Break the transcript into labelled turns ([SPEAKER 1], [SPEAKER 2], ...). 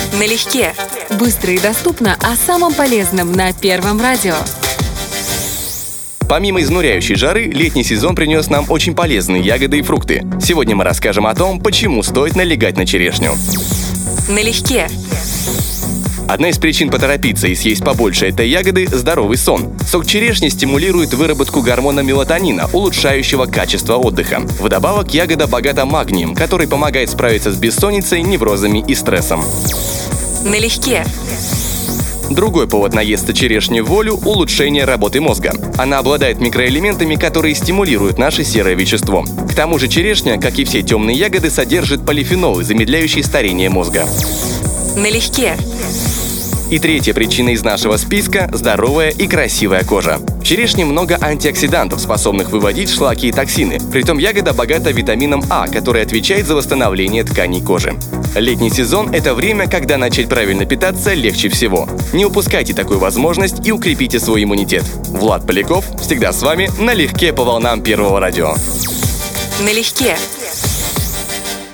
[SPEAKER 1] Налегке. Быстро и доступно о самом полезном на Первом радио.
[SPEAKER 2] Помимо изнуряющей жары, летний сезон принес нам очень полезные ягоды и фрукты. Сегодня мы расскажем о том, почему стоит налегать на черешню.
[SPEAKER 1] Налегке.
[SPEAKER 2] Одна из причин поторопиться и съесть побольше этой ягоды – здоровый сон. Сок черешни стимулирует выработку гормона мелатонина, улучшающего качество отдыха. Вдобавок, ягода богата магнием, который помогает справиться с бессонницей, неврозами и стрессом.
[SPEAKER 1] Налегке.
[SPEAKER 2] Другой повод наесться черешни в волю – улучшение работы мозга. Она обладает микроэлементами, которые стимулируют наше серое вещество. К тому же черешня, как и все темные ягоды, содержит полифенолы, замедляющие старение мозга.
[SPEAKER 1] Налегке.
[SPEAKER 2] И третья причина из нашего списка – здоровая и красивая кожа. В черешне много антиоксидантов, способных выводить шлаки и токсины. Притом ягода богата витамином А, который отвечает за восстановление тканей кожи. Летний сезон – это время, когда начать правильно питаться легче всего. Не упускайте такую возможность и укрепите свой иммунитет. Влад Поляков всегда с вами налегке по волнам Первого радио.
[SPEAKER 1] Налегке.